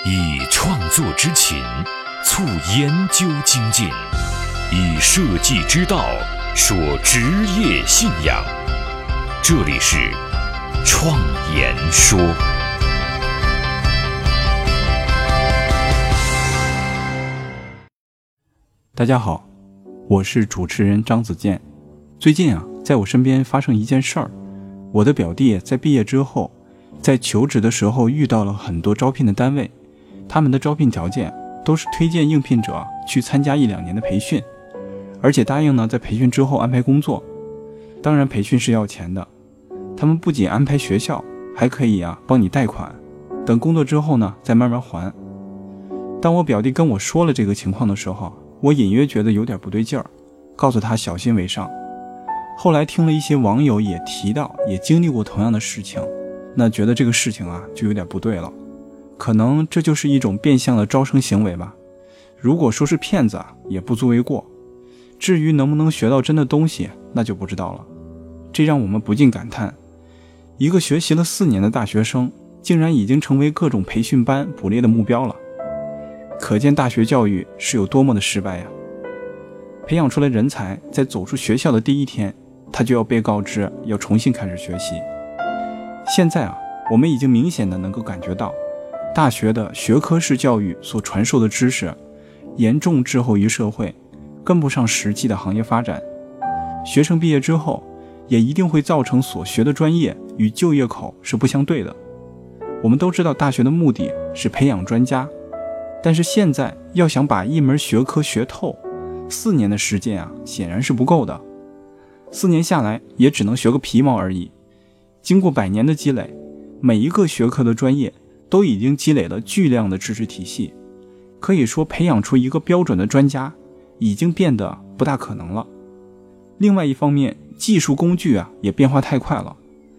以创作之情促研究精进，以设计之道说职业信仰。这里是创研说。 大家好，我是主持人张子健。最近在我身边发生一件事儿，我的表弟在毕业之后，在求职的时候遇到了很多招聘的单位，他们的招聘条件都是推荐应聘者去参加1-2年的培训，而且答应在培训之后安排工作。当然培训是要钱的，他们不仅安排学校，还可以帮你贷款，等工作之后再慢慢还。当我表弟跟我说了这个情况的时候，我隐约觉得有点不对劲儿，告诉他小心为上。后来听了一些网友也提到，也经历过同样的事情，那觉得这个事情就有点不对了，可能这就是一种变相的招生行为吧。如果说是骗子也不足为过，至于能不能学到真的东西，那就不知道了。这让我们不禁感叹，一个学习了4年的大学生，竟然已经成为各种培训班捕猎的目标了。可见大学教育是有多么的失败呀！培养出来人才，在走出学校的第一天，他就要被告知要重新开始学习。现在我们已经明显的能够感觉到，大学的学科式教育所传授的知识严重滞后于社会，跟不上实际的行业发展。学生毕业之后，也一定会造成所学的专业与就业口是不相对的。我们都知道大学的目的是培养专家，但是现在要想把一门学科学透，4年的时间显然是不够的。4年下来也只能学个皮毛而已。经过100年的积累，每一个学科的专业都已经积累了巨量的知识体系，可以说培养出一个标准的专家已经变得不大可能了。另外一方面，技术工具也变化太快了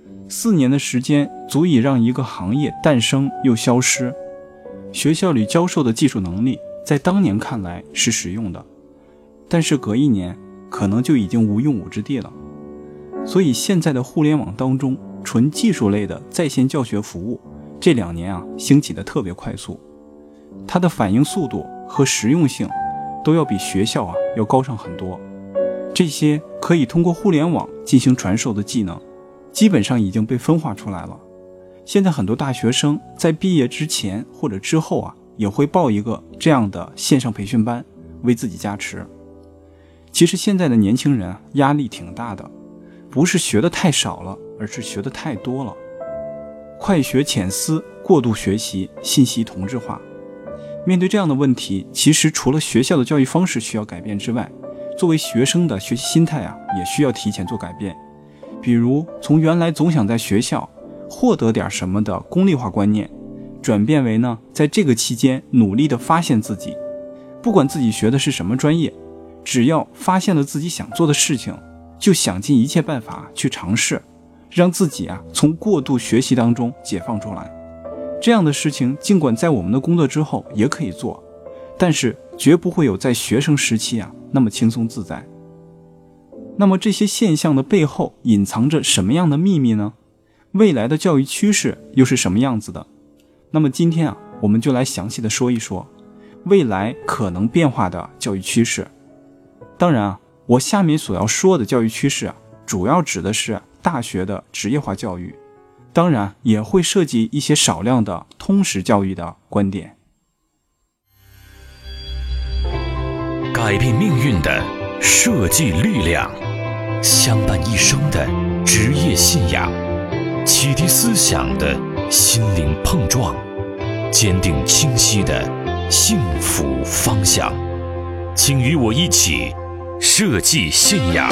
，4年的时间足以让一个行业诞生又消失。学校里教授的技术能力在当年看来是实用的，但是隔1年可能就已经无用武之地了。所以现在的互联网当中，纯技术类的在线教学服务这2年兴起的特别快速，它的反应速度和实用性都要比学校要高上很多。这些可以通过互联网进行传授的技能，基本上已经被分化出来了。现在很多大学生在毕业之前或者之后也会报一个这样的线上培训班，为自己加持。其实现在的年轻人压力挺大的，不是学的太少了，而是学的太多了。快学浅思，过度学习，信息同质化。面对这样的问题，其实除了学校的教育方式需要改变之外，作为学生的学习心态也需要提前做改变。比如从原来总想在学校获得点什么的功利化观念，转变为在这个期间努力地发现自己。不管自己学的是什么专业，只要发现了自己想做的事情，就想尽一切办法去尝试，让自己从过度学习当中解放出来。这样的事情尽管在我们的工作之后也可以做，但是绝不会有在学生时期那么轻松自在。那么这些现象的背后隐藏着什么样的秘密呢？未来的教育趋势又是什么样子的？那么今天我们就来详细的说一说未来可能变化的教育趋势。当然我下面所要说的教育趋势主要指的是大学的职业化教育，当然也会涉及一些少量的通识教育的观点。 改变命运的设计力量，相伴一生的职业信仰，启迪思想的心灵碰撞，坚定清晰的幸福方向。请与我一起设计信仰。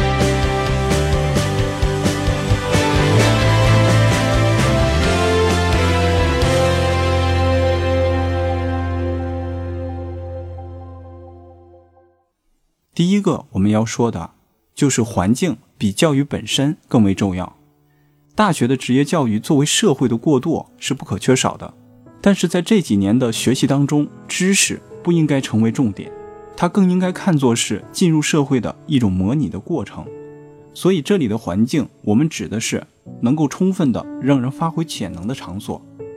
第一个我们要说的就是环境比教育本身更为重要。大学的职业教育作为社会的过渡是不可缺少的，但是在这几年的学习当中，知识不应该成为重点，它更应该看作是进入社会的一种模拟的过程。所以这里的环境我们指的是能够充分的让人发挥潜能的场所。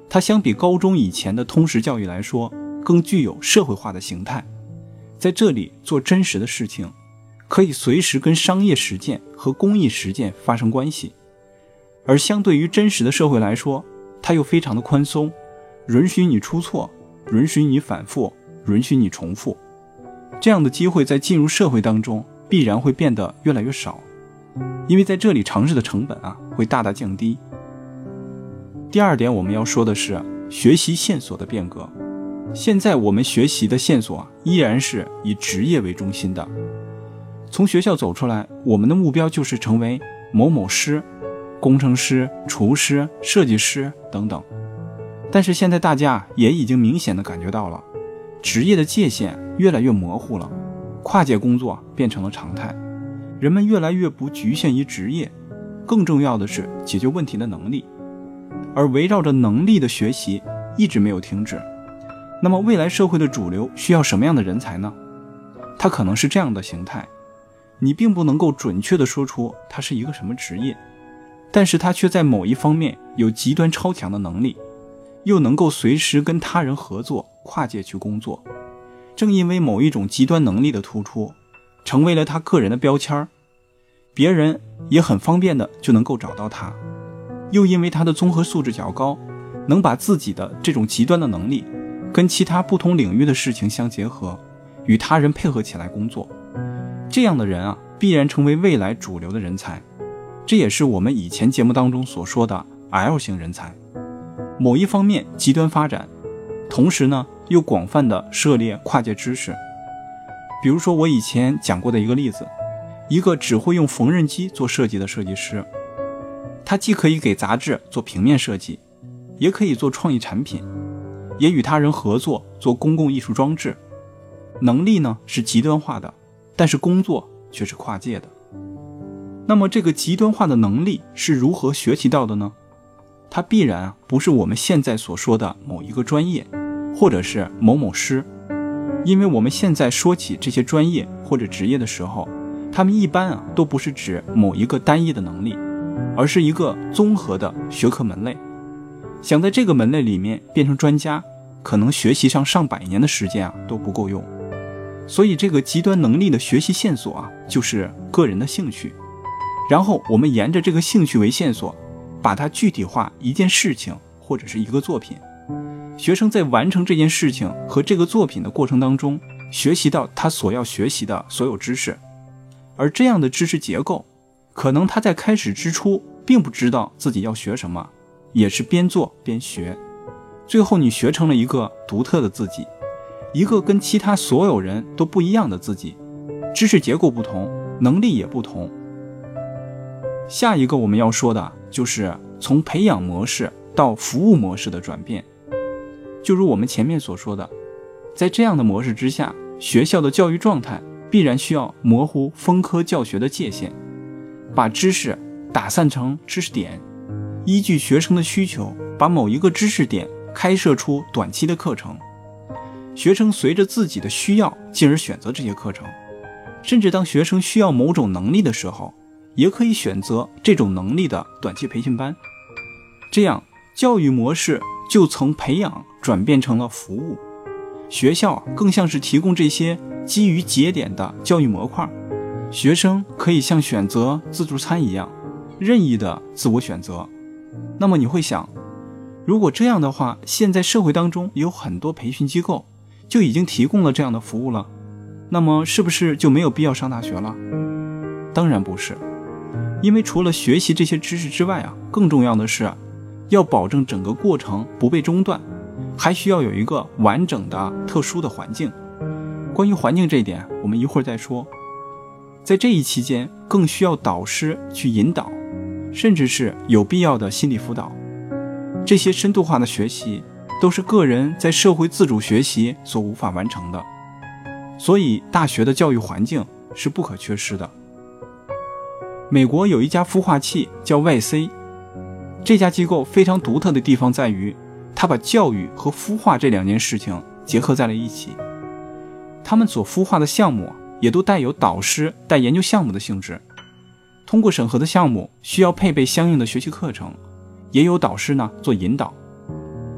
它相比高中以前的通识教育来说，更具有社会化的形态。在这里做真实的事情，可以随时跟商业实践和公益实践发生关系。而相对于真实的社会来说，它又非常的宽松，允许你出错，允许你反复，允许你重复。这样的机会在进入社会当中必然会变得越来越少，因为在这里尝试的成本会大大降低。第二点我们要说的是学习线索的变革。现在我们学习的线索依然是以职业为中心的。从学校走出来，我们的目标就是成为某某师、工程师、厨师、设计师等等。但是现在大家也已经明显地感觉到了，职业的界限越来越模糊了，跨界工作变成了常态，人们越来越不局限于职业，更重要的是解决问题的能力。而围绕着能力的学习一直没有停止。那么未来社会的主流需要什么样的人才呢？它可能是这样的形态，你并不能够准确地说出它是一个什么职业，但是它却在某一方面有极端超强的能力，又能够随时跟他人合作，跨界去工作。正因为某一种极端能力的突出，成为了他个人的标签，别人也很方便的就能够找到他。又因为他的综合素质较高，能把自己的这种极端的能力跟其他不同领域的事情相结合，与他人配合起来工作。这样的人必然成为未来主流的人才。这也是我们以前节目当中所说的 L 型人才。某一方面极端发展，同时呢又广泛的涉猎跨界知识。比如说我以前讲过的一个例子，一个只会用缝纫机做设计的设计师，他既可以给杂志做平面设计，也可以做创意产品，也与他人合作做公共艺术装置。能力呢是极端化的，但是工作却是跨界的。那么这个极端化的能力是如何学习到的呢？它必然不是我们现在所说的某一个专业，或者是某某师。因为我们现在说起这些专业或者职业的时候，他们一般都不是指某一个单一的能力，而是一个综合的学科门类。想在这个门类里面变成专家，可能学习上上百年的时间都不够用。所以这个极端能力的学习线索就是个人的兴趣，然后我们沿着这个兴趣为线索，把它具体化一件事情或者是一个作品。学生在完成这件事情和这个作品的过程当中，学习到他所要学习的所有知识。而这样的知识结构，可能他在开始之初并不知道自己要学什么，也是边做边学。最后你学成了一个独特的自己，一个跟其他所有人都不一样的自己，知识结构不同，能力也不同。下一个我们要说的就是从培养模式到服务模式的转变。就如我们前面所说的，在这样的模式之下，学校的教育状态必然需要模糊分科教学的界限，把知识打散成知识点，依据学生的需求，把某一个知识点开设出短期的课程。学生随着自己的需要进而选择这些课程，甚至当学生需要某种能力的时候，也可以选择这种能力的短期培训班。这样教育模式就从培养转变成了服务，学校更像是提供这些基于节点的教育模块，学生可以像选择自助餐一样任意的自我选择。那么你会想，如果这样的话，现在社会当中有很多培训机构就已经提供了这样的服务了，那么是不是就没有必要上大学了？当然不是，因为除了学习这些知识之外更重要的是要保证整个过程不被中断，还需要有一个完整的特殊的环境。关于环境这一点我们一会儿再说。在这一期间更需要导师去引导，甚至是有必要的心理辅导。这些深度化的学习都是个人在社会自主学习所无法完成的，所以大学的教育环境是不可缺失的。美国有一家孵化器叫 YC， 这家机构非常独特的地方在于，它把教育和孵化这两件事情结合在了一起。他们所孵化的项目也都带有导师带研究项目的性质，通过审核的项目需要配备相应的学习课程，也有导师做引导。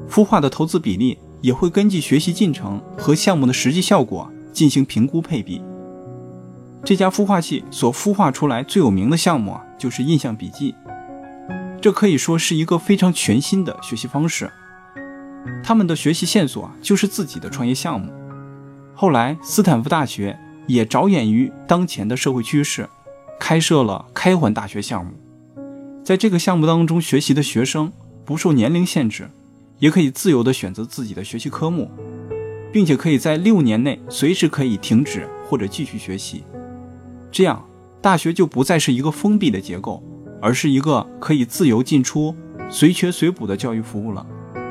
孵化的投资比例也会根据学习进程和项目的实际效果进行评估配比。这家孵化器所孵化出来最有名的项目就是印象笔记，这可以说是一个非常全新的学习方式。他们的学习线索就是自己的创业项目。后来斯坦福大学也着眼于当前的社会趋势，开设了开环大学项目。在这个项目当中学习的学生不受年龄限制，也可以自由地选择自己的学习科目，并且可以在6年内随时可以停止或者继续学习。这样大学就不再是一个封闭的结构，而是一个可以自由进出、随缺随补的教育服务了。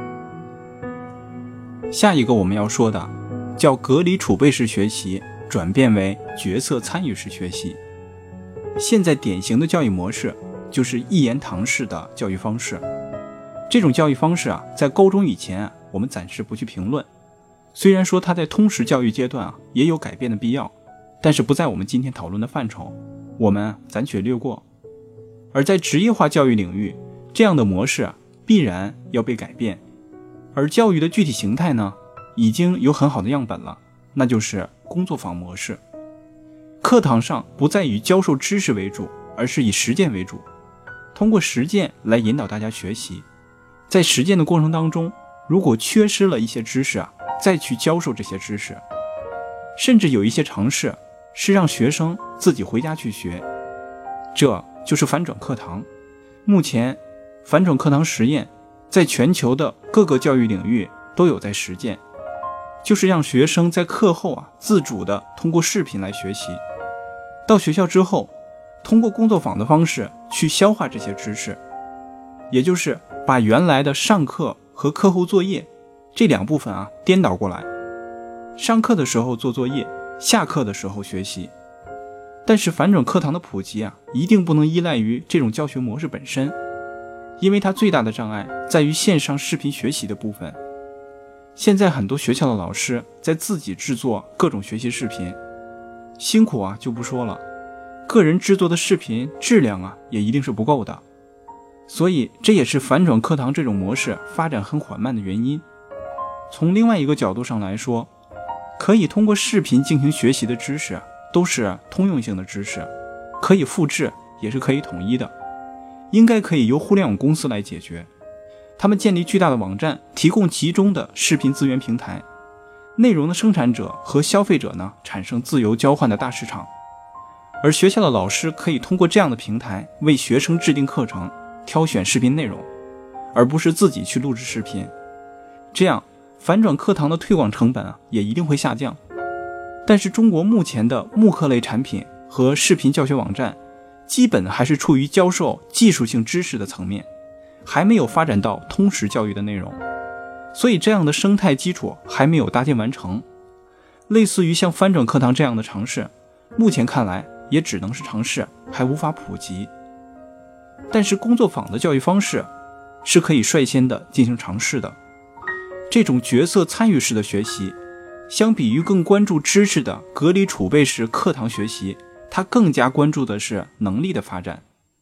下一个我们要说的叫隔离储备式学习转变为角色参与式学习。现在典型的教育模式就是一言堂式的教育方式。这种教育方式在高中以前我们暂时不去评论。虽然说它在通识教育阶段也有改变的必要，但是不在我们今天讨论的范畴，我们暂且略过。而在职业化教育领域，这样的模式必然要被改变。而教育的具体形态呢，已经有很好的样本了，那就是工作坊模式。课堂上不再以教授知识为主，而是以实践为主，通过实践来引导大家学习。在实践的过程当中，如果缺失了一些知识再去教授这些知识。甚至有一些尝试是让学生自己回家去学，这就是反转课堂。目前反转课堂实验在全球的各个教育领域都有在实践，就是让学生在课后自主的通过视频来学习，到学校之后通过工作坊的方式去消化这些知识，也就是把原来的上课和课后作业这两部分颠倒过来，上课的时候做作业，下课的时候学习。但是反转课堂的普及一定不能依赖于这种教学模式本身，因为它最大的障碍在于线上视频学习的部分。现在很多学校的老师在自己制作各种学习视频，辛苦就不说了，个人制作的视频质量也一定是不够的。所以这也是反转课堂这种模式发展很缓慢的原因。从另外一个角度上来说，可以通过视频进行学习的知识都是通用性的知识，可以复制也是可以统一的，应该可以由互联网公司来解决。他们建立巨大的网站，提供集中的视频资源平台，内容的生产者和消费者呢产生自由交换的大市场。而学校的老师可以通过这样的平台为学生制定课程，挑选视频内容，而不是自己去录制视频。这样反转课堂的推广成本也一定会下降。但是中国目前的慕课类产品和视频教学网站基本还是处于教授技术性知识的层面，还没有发展到通识教育的内容，所以这样的生态基础还没有搭建完成。类似于像翻转课堂这样的尝试，目前看来也只能是尝试，还无法普及。但是工作坊的教育方式是可以率先的进行尝试的。这种角色参与式的学习，相比于更关注知识的隔离储备式课堂学习，它更加关注的是能力的发展。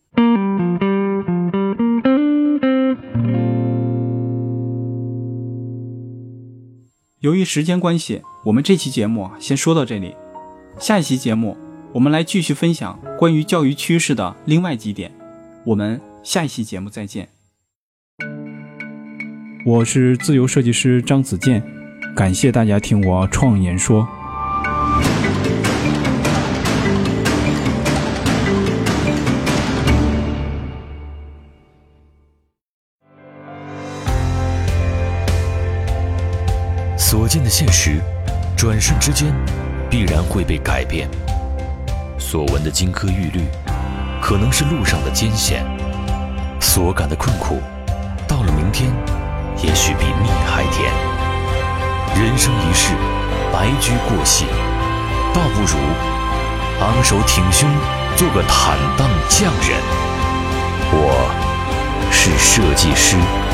由于时间关系，我们这期节目先说到这里。下一期节目我们来继续分享关于教育趋势的另外几点。我们下一期节目再见。我是自由设计师张子健，感谢大家听我创言说。 所见的现实，转瞬之间必然会被改变；所闻的金科玉律，可能是路上的艰险；所感的困苦，到了明天也许比蜜还甜。人生一世，白驹过隙，倒不如昂首挺胸，做个坦荡匠人。我是设计师。